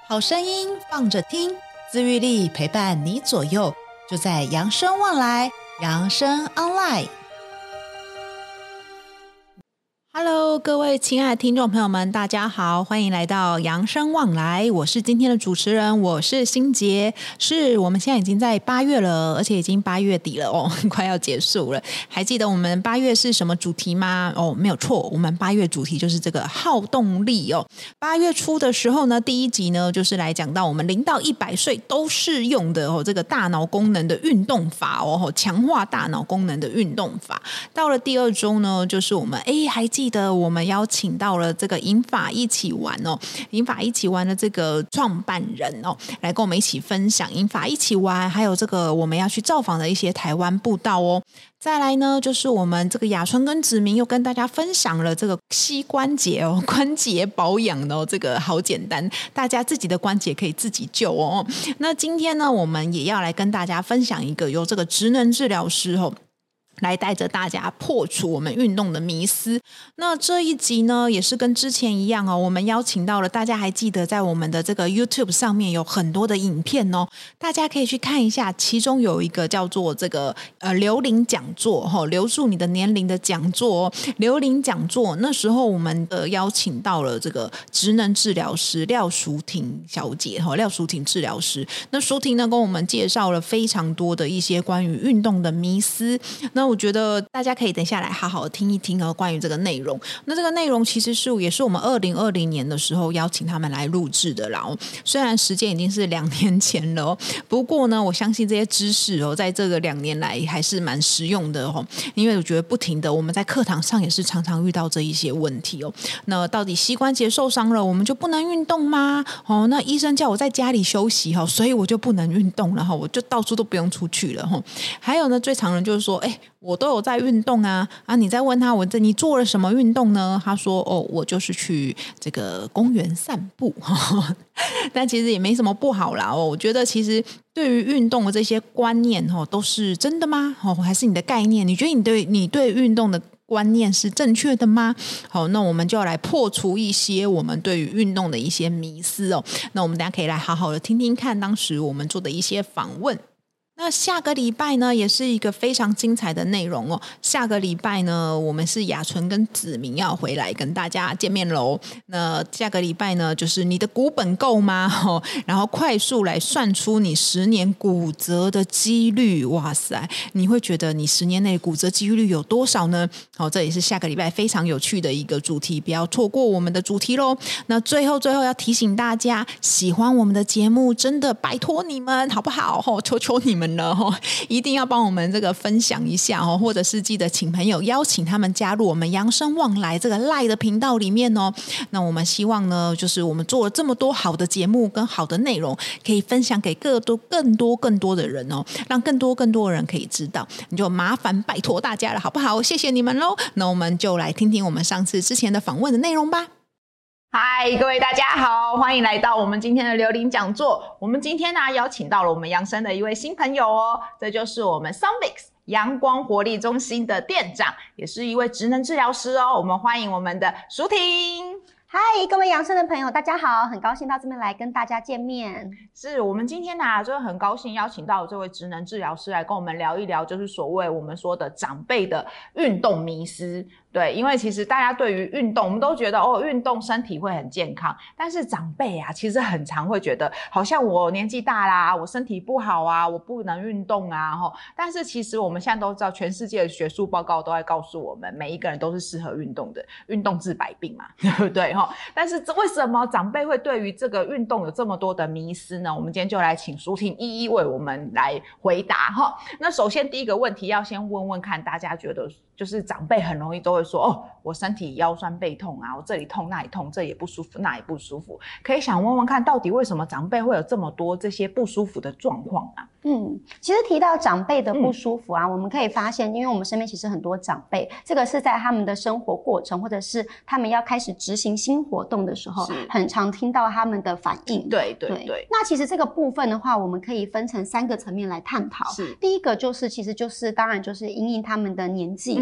好声音放着听，自愈力陪伴你左右，就在扬生望来，扬生 online。Hello， 各位亲爱的听众朋友们，大家好，欢迎来到扬生望来，我是今天的主持人，我是欣洁。是我们现在已经在8月了，而且已经8月底了哦，快要结束了。还记得我们8月是什么主题吗？哦，没有错，我们8月主题就是这个好动力哦。8月初的时候呢，第一集呢就是来讲到我们0到100岁都适用的哦，这个大脑功能的运动法哦，强化大脑功能的运动法。到了第2周呢，就是我们还记得我们邀请到了这个银法一起玩哦，银法一起玩的这个创办人哦，来跟我们一起分享银法一起玩，还有这个我们要去造访的一些台湾步道哦。再来呢，就是我们这个雅纯跟子明又跟大家分享了这个膝关节哦，关节保养的哦，这个好简单，大家自己的关节可以自己救哦。那今天呢，我们也要来跟大家分享一个由这个职能治疗师哦，来带着大家破除我们运动的迷思。那这一集呢，也是跟之前一样哦，我们邀请到了，大家还记得在我们的这个 YouTube 上面有很多的影片哦，大家可以去看一下，其中有一个叫做这个留龄讲座哦，留住你的年龄的讲座哦，留龄讲座。那时候我们邀请到了这个职能治疗师廖淑婷小姐哦，廖淑婷治疗师。那淑婷呢，跟我们介绍了非常多的一些关于运动的迷思。那我觉得大家可以等下来好好听一听关于这个内容。那这个内容其实也是我们2020年的时候邀请他们来录制的啦。虽然时间已经是2年前了不过呢，我相信这些知识在这个2年来还是蛮实用的因为我觉得不停的我们在课堂上也是常常遇到这一些问题那到底膝关节受伤了，我们就不能运动吗？那医生叫我在家里休息所以我就不能运动了我就到处都不用出去了还有呢，最常人就是说我都有在运动啊，你在问他你做了什么运动呢？他说我就是去这个公园散步但其实也没什么不好啦我觉得其实对于运动的这些观念都是真的吗？还是你的概念？你觉得你对运动的观念是正确的吗？好，那我们就要来破除一些我们对于运动的一些迷思那我们大家可以来好好的听听看当时我们做的一些访问。那下个礼拜呢，也是一个非常精彩的内容下个礼拜呢，我们是雅纯跟子明要回来跟大家见面喽。那下个礼拜呢，就是你的股本够吗？然后快速来算出你10年骨折的几率。哇塞，你会觉得你10年内骨折几率有多少呢？这也是下个礼拜非常有趣的一个主题，不要错过我们的主题咯。那最后要提醒大家，喜欢我们的节目，真的拜托你们好不好？求求你们了一定要帮我们这个分享一下或者是记得请朋友邀请他们加入我们扬生望来这个 LINE 的频道里面那我们希望呢，就是我们做了这么多好的节目跟好的内容，可以分享给更多的人让更多的人可以知道。你就麻烦拜托大家了好不好？谢谢你们咯。那我们就来听听我们上次之前的访问的内容吧。嗨，各位大家好，欢迎来到我们今天的留龄讲座。我们今天呢，邀请到了我们扬生的一位新朋友这就是我们 Sunfix 阳光活力中心的店长，也是一位职能治疗师我们欢迎我们的淑婷。 嗨，各位扬生的朋友大家好，很高兴到这边来跟大家见面。 是我们今天就很高兴邀请到这位职能治疗师来跟我们聊一聊，就是所谓我们说的长辈的运动迷思。对，因为其实大家对于运动，我们都觉得运动身体会很健康，但是长辈其实很常会觉得好像我年纪大啦，我身体不好啊，我不能运动啊但是其实我们现在都知道，全世界的学术报告都在告诉我们，每一个人都是适合运动的，运动治百病嘛，对不对但是为什么长辈会对于这个运动有这么多的迷思呢？我们今天就来请淑婷一一为我们来回答那首先第一个问题要先问问看，大家觉得就是长辈很容易都会说我身体腰酸背痛啊，我这里痛那里痛，这也不舒服那也不舒服，可以想问问看到底为什么长辈会有这么多这些不舒服的状况啊？ 其实提到长辈的不舒服我们可以发现，因为我们身边其实很多长辈，这个是在他们的生活过程或者是他们要开始执行新活动的时候，很常听到他们的反应。 对。 那其实这个部分的话，我们可以分成3个层面来探讨。第一个就是其实就是当然就是因应他们的年纪，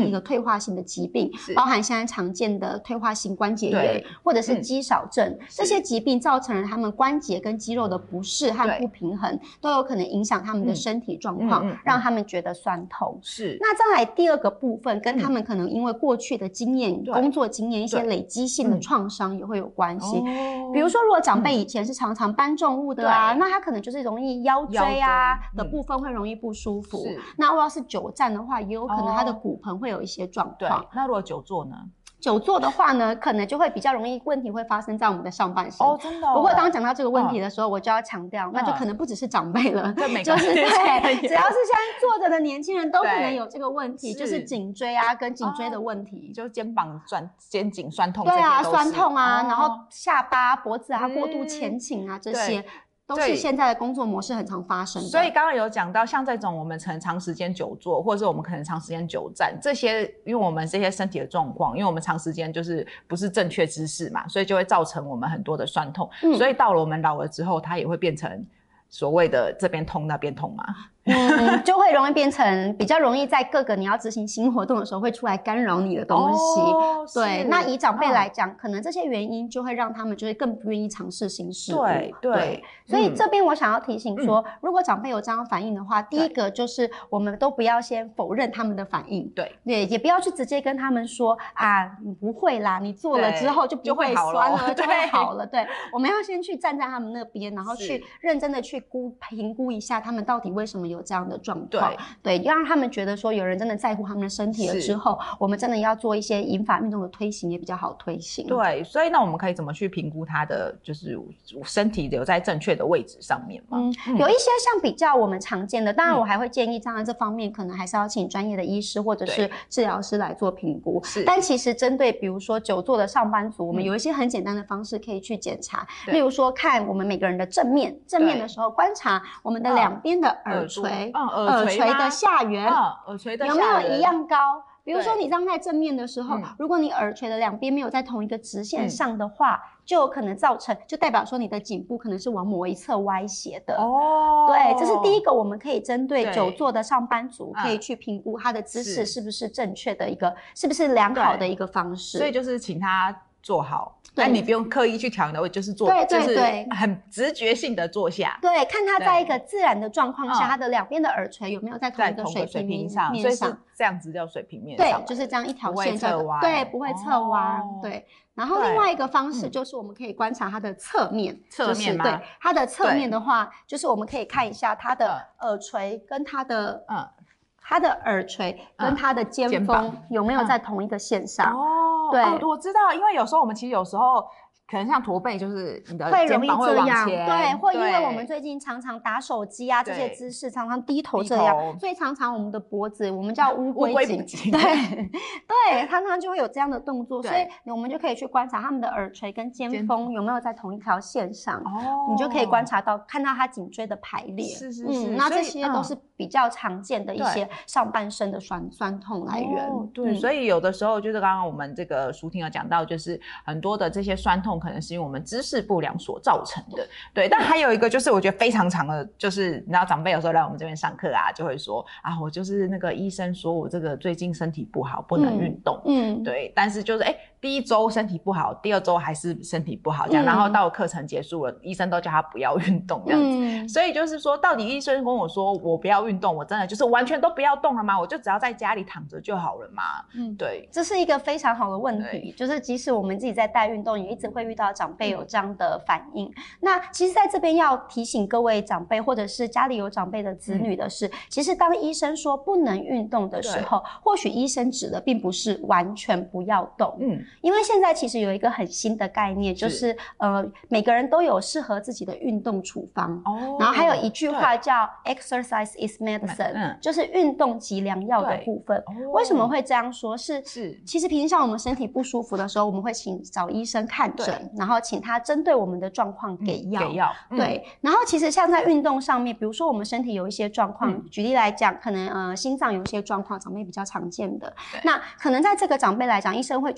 一个退化性的疾病，包含现在常见的退化性关节炎或者是肌少症，这些疾病造成了他们关节跟肌肉的不适和不平衡，都有可能影响他们的身体状况，让他们觉得酸痛。是。那再来第二个部分，跟他们可能因为过去的经验、工作经验一些累积性的创伤也会有关系。比如说，如果长辈以前是常常搬重物的啊，那他可能就是容易腰椎啊的部分会容易不舒服。那如果是久站的话，也有可能他的骨盆会有一些状况。 那如果久坐呢？ 久坐的话呢，可能就会比较容易问题会发生在我们的上半身。 真的哦。 不过当讲到这个问题的时候，我就要强调，那就可能不只是长辈了，就是对，只要是现在坐着的年轻人都可能有这个问题，就是颈椎啊跟颈椎的问题， 就肩膀肩颈酸痛。 对啊，酸痛啊，然后下巴、脖子啊过度前倾啊这些。都是现在的工作模式很常发生的。 所以刚刚有讲到，像这种我们可能长时间久坐，或者是我们可能长时间久站，这些因为我们这些身体的状况，因为我们长时间就是不是正确姿势嘛，所以就会造成我们很多的酸痛。所以到了我们老了之后，它也会变成所谓的这边痛那边痛嘛。 就会容易变成比较容易在各个你要执行新活动的时候会出来干扰你的东西。对，那以长辈来讲，可能这些原因就会让他们就是更不愿意尝试新事物。对，所以这边我想要提醒说，如果长辈有这样反应的话，第一个就是我们都不要先否认他们的反应。对，也不要去直接跟他们说啊，你不会啦，你做了之后就不会酸了，就会好了。对，我们要先去站在他们那边，然后去认真的去评估一下他们到底为什么有这样的状况。对，要让他们觉得说有人真的在乎他们的身体了之后，我们真的要做一些银发运动的推行也比较好推行。 对，所以那我们可以怎么去评估他的就是身体有在正确的位置上面吗？ 有一些像比较我们常见的，当然我还会建议当然这方面可能还是要请专业的医师或者是治疗师来做评估。但其实针对比如说久坐的上班族，我们有一些很简单的方式可以去检查，例如说看我们每个人的正面的时候观察我们的两边的耳垂，耳垂的下缘， 耳垂的下缘有没有一样高？比如说你站在正面的时候，如果你耳垂的两边没有在同一个直线上的话，就有可能造成，就代表说你的颈部可能是往某一侧歪斜的。对，这是第一个我们可以针对久坐的上班族可以去评估他的姿势是不是正确的一个，是不是良好的一个方式。 所以就是请他坐好，但你不用刻意去调你的位置，就是坐，就是很直觉性的坐下。 对，看他在一个自然的状况下，他的两边的耳垂有没有在同一个水平面上， 所以是这样子叫水平面上。 对，就是这样一条线，对，不会侧弯。对，然后另外一个方式就是我们可以观察它的侧面，吗？对，它的侧面的话，就是我们可以看一下它的耳垂跟它的他的耳垂跟他的肩峰有没有在同一个线上？对， 我知道，因为有时候我们其实有时候可能像驼背，就是你的肩膀会往前， 对，会因为我们最近常常打手机啊这些姿势，常常低头这样，所以常常我们的脖子我们叫乌龟颈，对，常常就会有这样的动作，所以我们就可以去观察他们的耳垂跟肩峰有没有在同一条线上，你就可以观察到看到他颈椎的排列，是，那这些都是比较常见的一些上半身的酸痛来源。 对，所以有的时候就是刚刚我们这个舒婷有讲到，就是很多的这些酸痛可能是因为我们姿势不良所造成的。对，但还有一个就是我觉得非常长的，就是你知道长辈有时候来我们这边上课啊，就会说啊，我就是那个医生说我这个最近身体不好，不能运动。对，但是就是第一周身体不好，第二周还是身体不好这样，然后到课程结束了，医生都叫他不要运动这样子。所以就是说，到底医生跟我说我不要运动，我真的就是完全都不要动了吗？我就只要在家里躺着就好了吗？对， 这是一个非常好的问题，就是即使我们自己在带运动，也一直会遇到长辈有这样的反应。那其实在这边要提醒各位长辈或者是家里有长辈的子女的是，其实当医生说不能运动的时候，或许医生指的并不是完全不要动。因为现在其实有一个很新的概念，就是每个人都有适合自己的运动处方。然后还有一句话叫 exercise is medicine，就是运动即良药的部分。为什么会这样说？是其实平常我们身体不舒服的时候，我们会找医生看诊，然后请他针对我们的状况给药。对，然后其实像在运动上面，比如说我们身体有一些状况，举例来讲，可能心脏有一些状况，长辈比较常见的，那可能在这个长辈来讲，医生会觉得是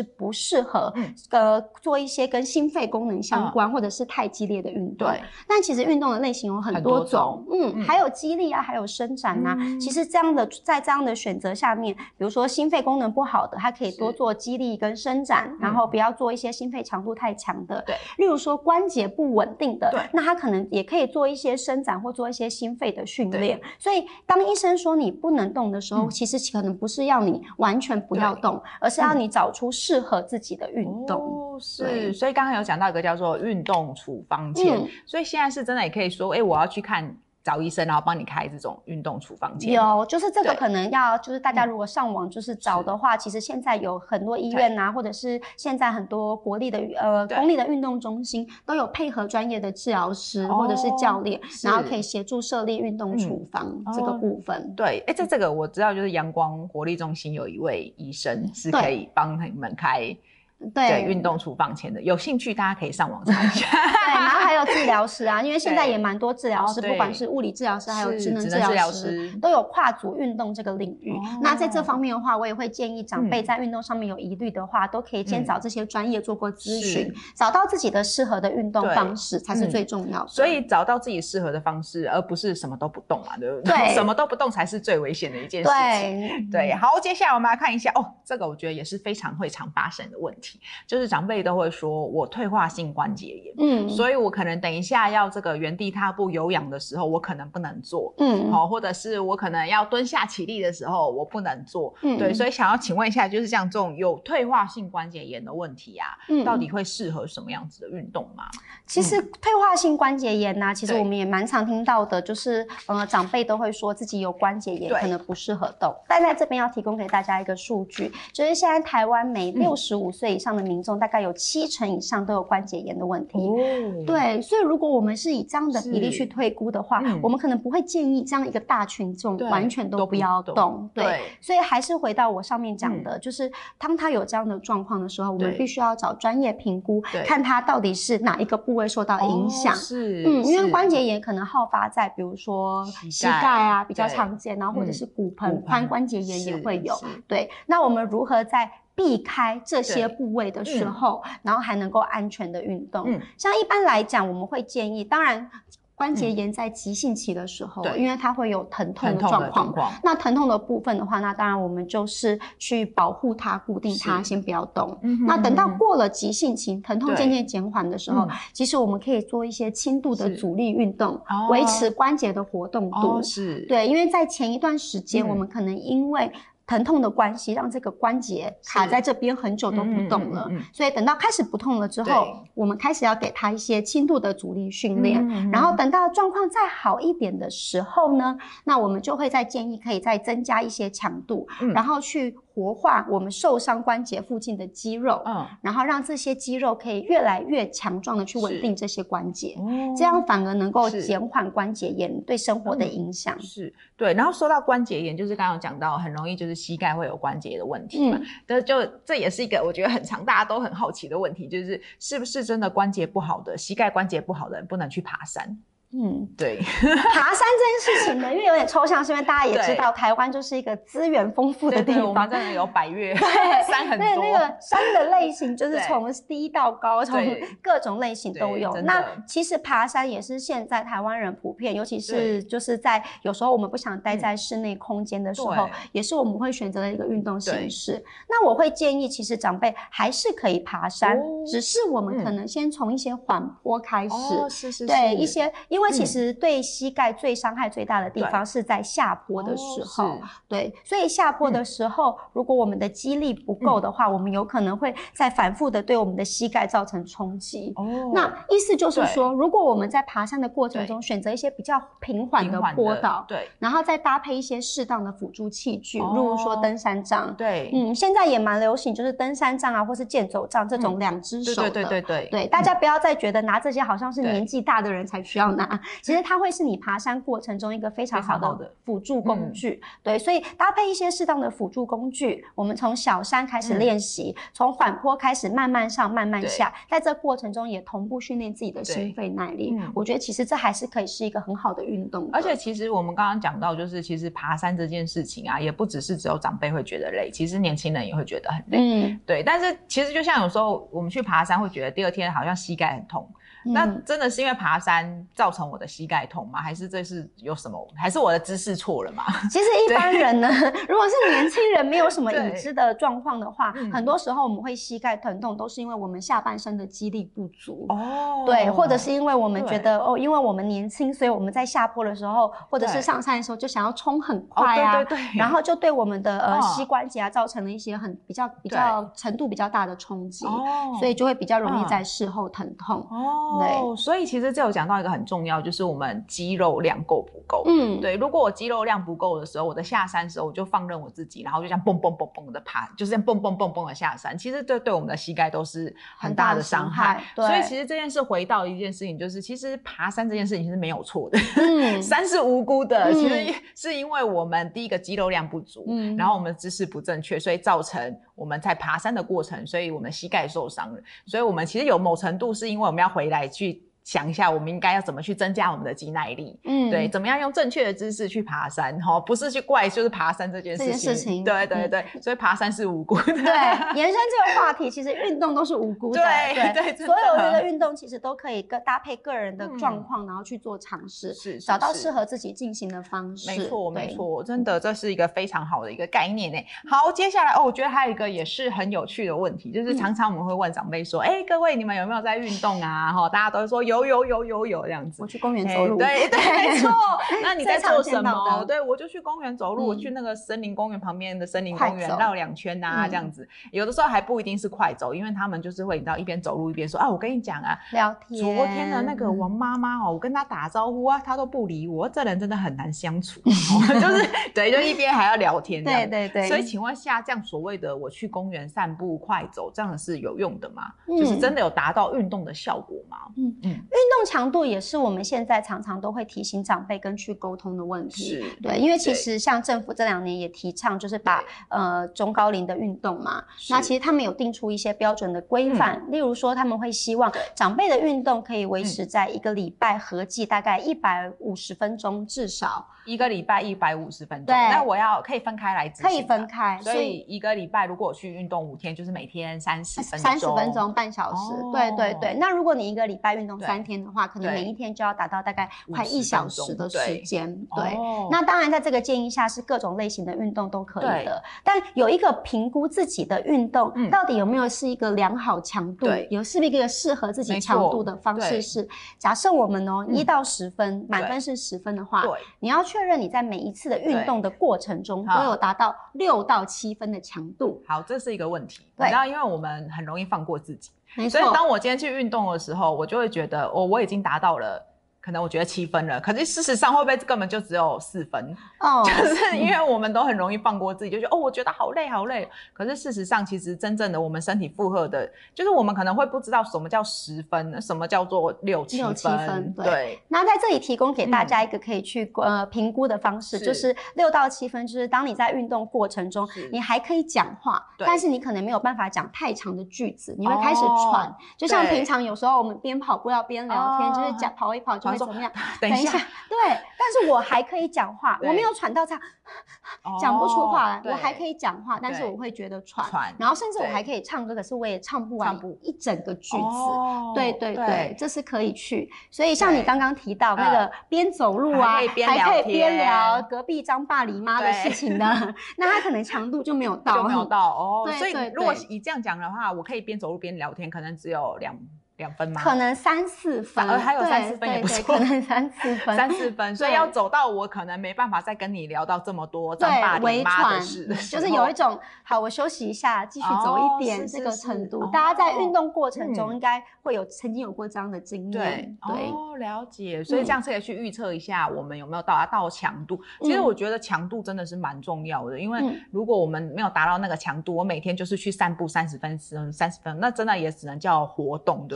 不适合做一些跟心肺功能相关或者是太激烈的运动。 对， 但其实运动的类型有很多种，还有肌力啊，还有伸展啊。其实在这样的选择下面，比如说心肺功能不好的，它可以多做肌力跟伸展，然后不要做一些心肺强度太强的。 对， 例如说关节不稳定的，那他可能也可以做一些伸展或做一些心肺的训练。所以当医生说你不能动的时候，其实可能不是要你完全不要动，而是要你找出适合自己的运动。 是，所以刚刚有讲到一个叫做运动处方签，所以现在是真的也可以说，我要去找医生，然后帮你开这种运动处方签。 有，就是这个可能要，就是大家如果上网就是找的话，其实现在有很多医院啊，或者是现在很多国立的公立的运动中心都有配合专业的治疗师或者是教练，然后可以协助设立运动处方这个部分。 对，这个我知道，就是阳光国立中心有一位医生是可以帮你们开。对运动处方签的，有兴趣大家可以上网查一下。 对，然后还有治疗师啊，因为现在也蛮多治疗师，不管是物理治疗师还有职能治疗师，都有跨足运动这个领域。那在这方面的话，我也会建议长辈在运动上面有疑虑的话，都可以先找这些专业做过咨询，找到自己的适合的运动方式才是最重要的。 所以找到自己适合的方式，而不是什么都不动嘛，对不对？对，什么都不动才是最危险的一件事情。对，好，接下来我们来看一下这个我觉得也是非常会常发生的问题。就是长辈都会说我退化性关节炎，所以我可能等一下要这个原地踏步有氧的时候我可能不能做，或者是我可能要蹲下起立的时候我不能做，对，所以想要请问一下，就是像这种有退化性关节炎的问题啊，到底会适合什么样子的运动吗？ 其实退化性关节炎啊，其实我们也蛮常听到的，就是长辈都会说自己有关节炎，可能不适合动。但在这边要提供给大家一个数据，就是现在台湾每65岁以上的民众大概有70%以上都有关节炎的问题。对，所以如果我们是以这样的比例去推估的话，我们可能不会建议这样一个大群众完全都不要动。对，所以还是回到我上面讲的，就是当他有这样的状况的时候，我们必须要找专业评估，看他到底是哪一个部位受到影响。因为关节炎可能好发在比如说膝盖啊比较常见，然后或者是骨盆髋关节炎也会有。对，那我们如何在避开这些部位的时候，然后还能够安全的运动。像一般来讲，我们会建议，当然关节炎在急性期的时候，因为它会有疼痛的状况。那疼痛的部分的话，那当然我们就是去保护它、固定它，先不要动。那等到过了急性期，疼痛渐渐减缓的时候，其实我们可以做一些轻度的阻力运动，维持关节的活动度。对，因为在前一段时间，我们可能因为疼痛的关系，让这个关节卡在这边很久都不动了，所以等到开始不痛了之后，我们开始要给他一些轻度的阻力训练，然后等到状况再好一点的时候呢，那我们就会再建议可以再增加一些强度，然后去活化我们受伤关节附近的肌肉，然后让这些肌肉可以越来越强壮的去稳定这些关节，这样反而能够减缓关节炎对生活的影响。 对，然后说到关节炎，就是刚刚讲到很容易就是膝盖会有关节的问题嘛，这也是一个我觉得很常大家都很好奇的问题，就是是不是真的关节不好的膝盖关节不好的人不能去爬山？对， 爬山这件事情呢，因为有点抽象，是因为大家也知道台湾就是一个资源丰富的地方， 我们真的有百岳山很多。 对，那个山的类型就是从低到高，从各种类型都有。那其实爬山也是现在台湾人普遍，尤其是就是在有时候我们不想待在室内空间的时候，也是我们会选择的一个运动形式。那我会建议，其实长辈还是可以爬山，只是我们可能先从一些缓坡开始。对，一些因为其实对膝盖最伤害最大的地方是在下坡的时候，对，所以下坡的时候，如果我们的肌力不够的话，我们有可能会再反复的对我们的膝盖造成冲击。那意思就是说，如果我们在爬山的过程中选择一些比较平缓的坡道，对，然后再搭配一些适当的辅助器具，例如说登山杖，对，现在也蛮流行，就是登山杖啊，或是健走杖这种2只手的，对，大家不要再觉得拿这些好像是年纪大的人才需要拿。 其实它会是你爬山过程中一个非常好的辅助工具。对，所以搭配一些适当的辅助工具，我们从小山开始练习，从缓坡开始慢慢上慢慢下，在这过程中也同步训练自己的心肺耐力。我觉得其实这还是可以是一个很好的运动的。 而且其实我们刚刚讲到，就是其实爬山这件事情啊，也不只是只有长辈会觉得累，其实年轻人也会觉得很累。对，但是其实就像有时候我们去爬山会觉得第二天好像膝盖很痛，那真的是因为爬山造成我的膝盖痛吗？还是这是有什么？还是我的姿势错了吗？ 其实一般人呢，如果是年轻人没有什么已知的状况的话，很多时候我们会膝盖疼痛，都是因为我们下半身的肌力不足。对，或者是因为我们觉得因为我们年轻，所以我们在下坡的时候，或者是上山的时候就想要冲很快啊，然后就对我们的膝关节啊造成了一些比较程度比较大的冲击，所以就会比较容易在事后疼痛。对， 所以其实这有讲到一个很重要，就是我们肌肉量够不够。对，如果我肌肉量不够的时候，我的下山的时候我就放任我自己，然后就这样蹦蹦蹦蹦的爬，就是这样蹦蹦蹦蹦的下山，其实这对我们的膝盖都是很大的伤害。所以其实这件事回到一件事情，就是其实爬山这件事情是没有错的。山是无辜的，其实是因为我们第一个肌肉量不足，然后我们的姿势不正确，所以造成我们在爬山的过程，所以我们的膝盖受伤了。所以我们其实有某程度是因为我们要回来去想一下我们应该要怎么去增加我们的肌耐力。对，怎么样用正确的姿势去爬山，不是去怪就是爬山这件事情。对对对，所以爬山是无辜的。 对，延伸这个话题，其实运动都是无辜的。对，所有的运动其实都可以搭配个人的状况，然后去做尝试，找到适合自己进行的方式。 没错没错，真的这是一个非常好的一个概念。好，接下来我觉得还有一个也是很有趣的问题，就是常常我们会问长辈说，各位你们有没有在运动啊？大家都会说有这样子。 我去公园走路。 对，没错。那你在做什么？对，我就去公园走路，我去那个森林公园旁边的森林公园绕2圈啊，这样子。有的时候还不一定是快走，因为他们就是会你知道一边走路一边说我跟你讲啊， 聊天。 昨天的那个王妈妈我跟她打招呼啊，她都不理我，这人真的很难相处。就是对，就一边还要聊天这样。对。所以请问下，这样所谓的我去公园散步快走，这样是有用的吗？就是真的有达到运动的效果吗？ 运动强度也是我们现在常常都会提醒长辈跟去沟通的问题。对，因为其实像政府这2年也提倡就是把中高龄的运动嘛，那其实他们有定出一些标准的规范，例如说他们会希望长辈的运动可以维持在1个礼拜合计大概150分钟，至少 1个礼拜150分钟。对，那我可以分开来执行。 可以分开， 所以1个礼拜如果我去运动5天，就是每天30分钟， 30分钟半小时。对。那如果你1个礼拜运动3天的话，可能每一天就要达到大概快1小时的时间。对，那当然在这个建议下是各种类型的运动都可以的，但有一个评估自己的运动到底有没有是一个良好强度，有是不是一个适合自己强度的方式是，假设我们1到10分，满分是10分的话，你要确认你在每一次的运动的过程中都有达到6到7分的强度。 好，这是一个问题，你知道，因为我们很容易放过自己，所以当我今天去运动的时候，我就会觉得我已经达到了，可能我觉得7分了，可是事实上会不会根本就只有4分？就是因为我们都很容易放过自己，就觉得我觉得好累好累。可是事实上，其实真正的我们身体负荷的，就是我们可能会不知道什么叫10分，什么叫做6、7分。对。那在这里提供给大家一个可以去评估的方式，就是6到7分，就是当你在运动过程中，你还可以讲话，但是你可能没有办法讲太长的句子，你会开始喘。就像平常有时候我们边跑步要边聊天，就是跑一跑就会怎么样？ 等一下， 对，但是我还可以讲话，我没有喘到讲不出话来，我还可以讲话，但是我会觉得喘，然后甚至我还可以唱歌，可是我也唱不完一整个句子。对，这是可以去。所以像你刚刚提到那个边走路啊，还可以边聊隔壁张爸李妈的事情的，那他可能强度就没有到。 所以如果以这样讲的话，我可以边走路边聊天，可能只有2分吗？ 可能3、4分， 还有3、4分也不错， 可能3、4分 ，3、4分，所以要走到我可能没办法再跟你聊到这么多张爸李妈的事， 就是有一种好，我休息一下，继续走一点这个程度。大家在运动过程中应该会曾经有过这样的经验，对， 了解。所以这样可以去预测一下我们有没有达到强度。其实我觉得强度真的是蛮重要的，因为如果我们没有达到那个强度，我每天就是去散步30分，那真的也只能叫活动，对不对？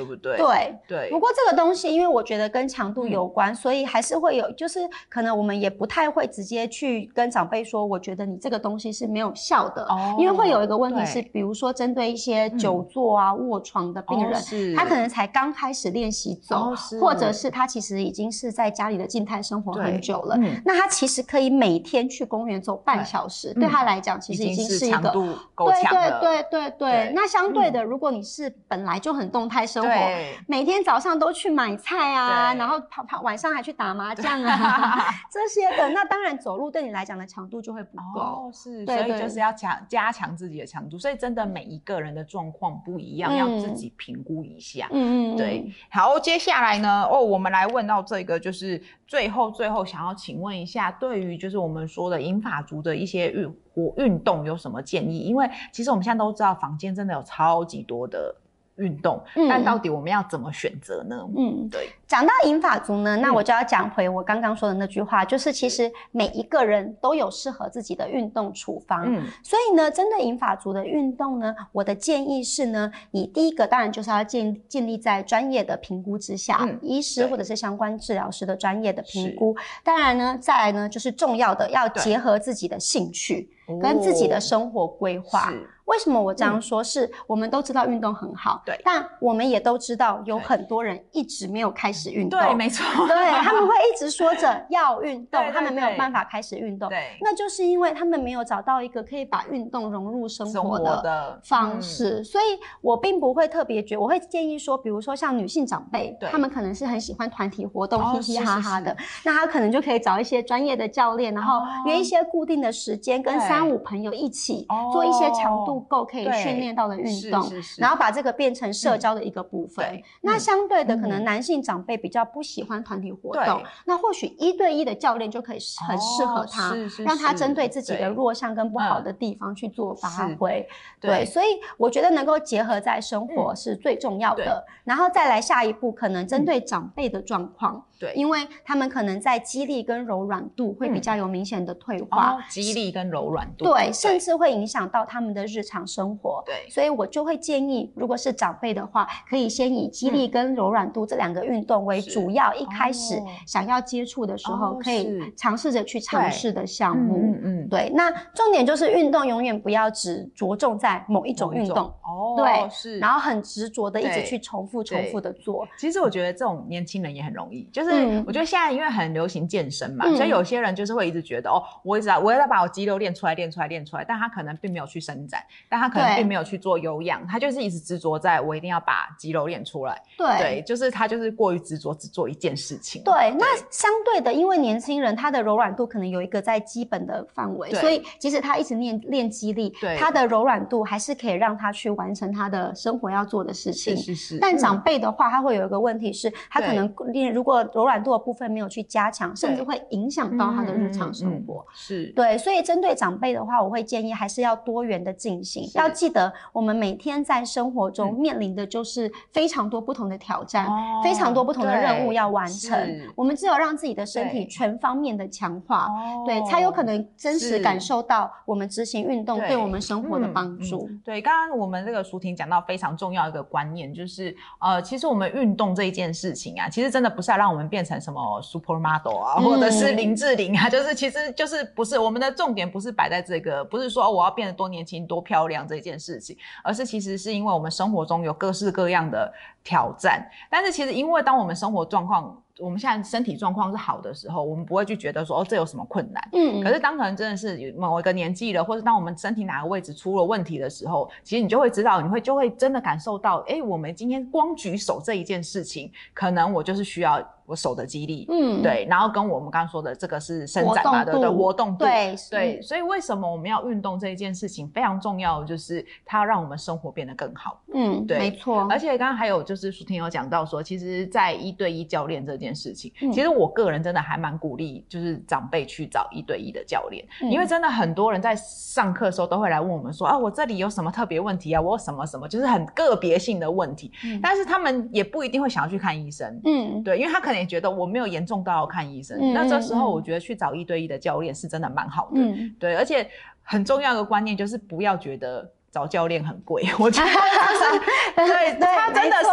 不对？ 对。不过这个东西，因为我觉得跟强度有关，所以还是会有，就是可能我们也不太会直接去跟长辈说，我觉得你这个东西是没有效的，因为会有一个问题是，比如说针对一些久坐啊、卧床的病人，他可能才刚开始练习走，或者是他其实已经是在家里的静态生活很久了，那他其实可以每天去公园走半小时，对他来讲其实已经是一个强度够强了。 对。那相对的，如果你是本来就很动态生活，每天早上都去买菜啊，然后晚上还去打麻将啊这些的，那当然走路对你来讲的强度就会不够。 所以就是要加强自己的强度，所以真的每一个人的状况不一样，要自己评估一下。对。好，接下来呢，我们来问到这个，就是最后想要请问一下，对于就是我们说的银发族的一些运动有什么建议？因为其实我们现在都知道坊间真的有超级多的运动，但到底我们要怎么选择呢？对。 讲到银发族呢，那我就要讲回我刚刚说的那句话，就是其实每一个人都有适合自己的运动处方。所以呢，针对银发族的运动呢，我的建议是呢，你第一个当然就是要建立在专业的评估之下，医师或者是相关治疗师的专业的评估。当然呢，再来呢，就是重要的要结合自己的兴趣跟自己的生活规划。为什么我这样说？是我们都知道运动很好，但我们也都知道有很多人一直没有开始运动。 对，没错。 对，他们会一直说着要运动，他们没有办法开始运动。那就是因为他们没有找到一个可以把运动融入生活的方式。所以我并不会特别我会建议说，比如说像女性长辈，他们可能是很喜欢团体活动，嘻嘻哈哈的，那他可能就可以找一些专业的教练，然后约一些固定的时间，跟3-5朋友一起做一些强度够可以训练到的运动，然后把这个变成社交的一个部分。那相对的，可能男性长辈比较不喜欢团体活动，那或许1对1的教练就可以很适合他，让他针对自己的弱项跟不好的地方去做发挥。对，所以我觉得能够结合在生活是最重要的。然后再来下一步，可能针对长辈的状况，因为他们可能在肌力跟柔软度会比较有明显的退化， 肌力跟柔软度， 对，甚至会影响到他们的日常生活。所以我就会建议，如果是长辈的话，可以先以肌力跟柔软度这2个运动为主要，一开始想要接触的时候，可以尝试着去尝试的项目。对，那重点就是运动永远不要只着重在某一种运动。对，然后很执着的一直去重复的做。 其实我觉得这种年轻人也很容易，就是我觉得现在因为很流行健身嘛，所以有些人就是会一直觉得我要把我肌肉练出来，但他可能并没有去伸展，但他可能并没有去做有氧，他就是一直执着在我一定要把肌肉练出来。对，就是他就是过于执着只做一件事情。 对，那相对的，因为年轻人他的柔软度可能有一个在基本的范围，所以即使他一直练肌力，他的柔软度还是可以让他去完成他的生活要做的事情。但长辈的话，他会有一个问题是，他可能如果柔软度的部分没有去加强，甚至会影响到他的日常生活。对，所以针对长辈的话，我会建议还是要多元的进行。要记得，我们每天在生活中面临的就是非常多不同的挑战，非常多不同的任务要完成。我们只有让自己的身体全方面的强化，对，才有可能真实感受到我们执行运动对我们生活的帮助。 对，刚刚我们这个淑婷讲到非常重要一个观念，就是其实我们运动这一件事情啊，其实真的不是要让我们变成什么 supermodel 啊，或者是林志玲啊，就是其实就是不是我们的重点不是摆在这个，不是说我要变得多年轻多漂亮这件事情，而是其实是因为我们生活中有各式各样的挑战。但是其实因为当我们生活状况，我们现在身体状况是好的时候，我们不会去觉得说这有什么困难。可是当可能真的是某一个年纪了，或者当我们身体哪个位置出了问题的时候，其实你就会知道，就会真的感受到，我们今天光举手这一件事情，可能我就是需要我手的肌力，对，然后跟我们刚刚说的这个是伸展嘛，对不对？活动度，对，所以为什么我们要运动这一件事情非常重要，就是它要让我们生活变得更好。对， 没错。 而且刚刚还有就是淑婷有讲到说，其实在1对1教练这件事情，其实我个人真的还蛮鼓励，就是长辈去找1对1的教练，因为真的很多人在上课的时候都会来问我们说我这里有什么特别问题啊，我有什么什么，就是很个别性的问题，但是他们也不一定会想要去看医生，对，因为他可能也觉得我没有严重到要看医生，那这时候我觉得去找1对1的教练是真的蛮好的，对，而且很重要的观念就是不要觉得找教练很贵，我觉得对，他真的是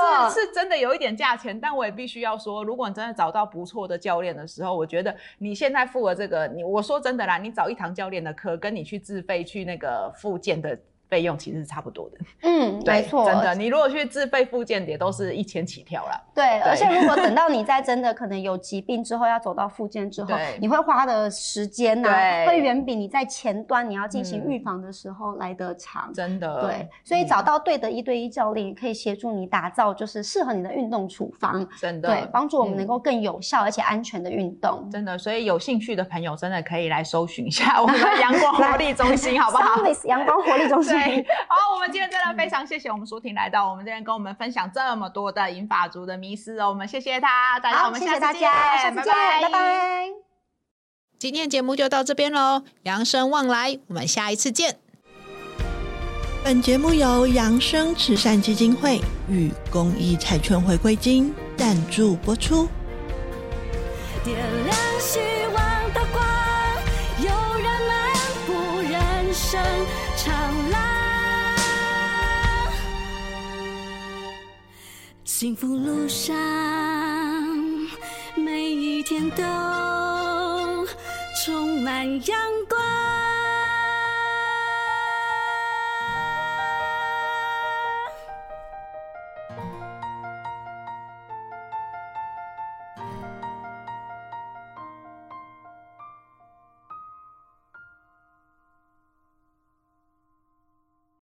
真的有一点价钱，但我也必须要说，如果你真的找到不错的教练的时候，我觉得你现在付了这个，我说真的啦，你找一堂教练的课，跟你去自费去那个复健的费用其实是差不多的。 没错， 真的，你如果去自费复健也都是1000起跳啦。 对，而且如果等到你在真的可能有疾病之后要走到复健之后，你会花的时间会远比你在前端你要进行预防的时候来得长。 真的。 对，所以找到对的1对1教练，也可以协助你打造就是适合你的运动处方。真的，对，帮助我们能够更有效而且安全的运动。 真的，所以有兴趣的朋友真的可以来搜寻一下我们的阳光活力中心，好不好 ？Sunless 阳光活力中心。 好，我们今天真的非常谢谢我们舒婷来到我们这边跟我们分享这么多的银发族的迷思哦，我们谢谢他，大家我们下次见， 拜拜。 今天节目就到这边咯，扬生旺来，我们下一次见。 本节目由扬生慈善基金会与公益彩券回归金赞助播出。 点亮希望的光，有人漫步人生长廊，幸福路上每一天都充满阳光。